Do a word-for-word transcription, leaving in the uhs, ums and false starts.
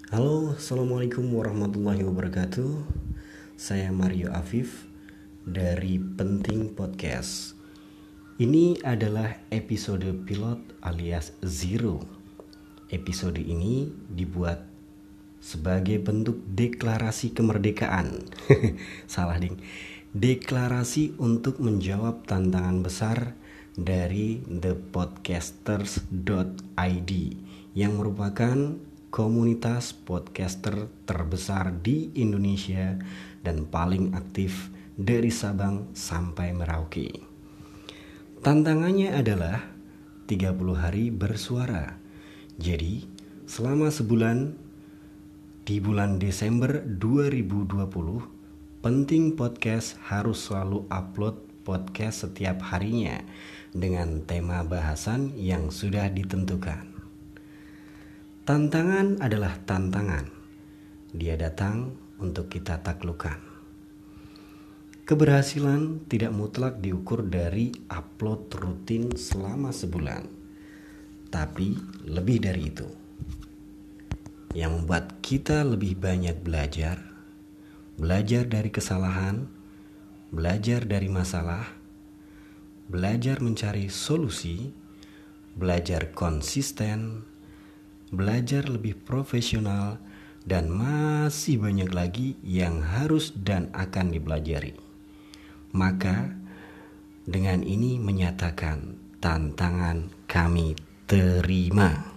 Halo, Assalamualaikum warahmatullahi wabarakatuh. Saya Mario Afif dari Penting Podcast. Ini adalah episode pilot alias Zero. Episode ini dibuat sebagai bentuk deklarasi kemerdekaan. Salah ding. Deklarasi untuk menjawab tantangan besar dari the podcasters dot i d yang merupakan komunitas podcaster terbesar di Indonesia dan paling aktif dari Sabang sampai Merauke. Tantangannya adalah tiga puluh hari bersuara. Jadi, selama sebulan di bulan Desember dua ribu dua puluh, Penting Podcast harus selalu upload podcast setiap harinya dengan tema bahasan yang sudah ditentukan. Tantangan adalah tantangan. Dia datang untuk kita taklukkan. Keberhasilan tidak mutlak diukur dari upload rutin selama sebulan, tapi lebih dari itu. Yang membuat kita lebih banyak belajar, belajar dari kesalahan, belajar dari masalah, belajar mencari solusi, belajar konsisten, belajar lebih profesional, dan masih banyak lagi yang harus dan akan dipelajari. Maka dengan ini menyatakan tantangan kami terima.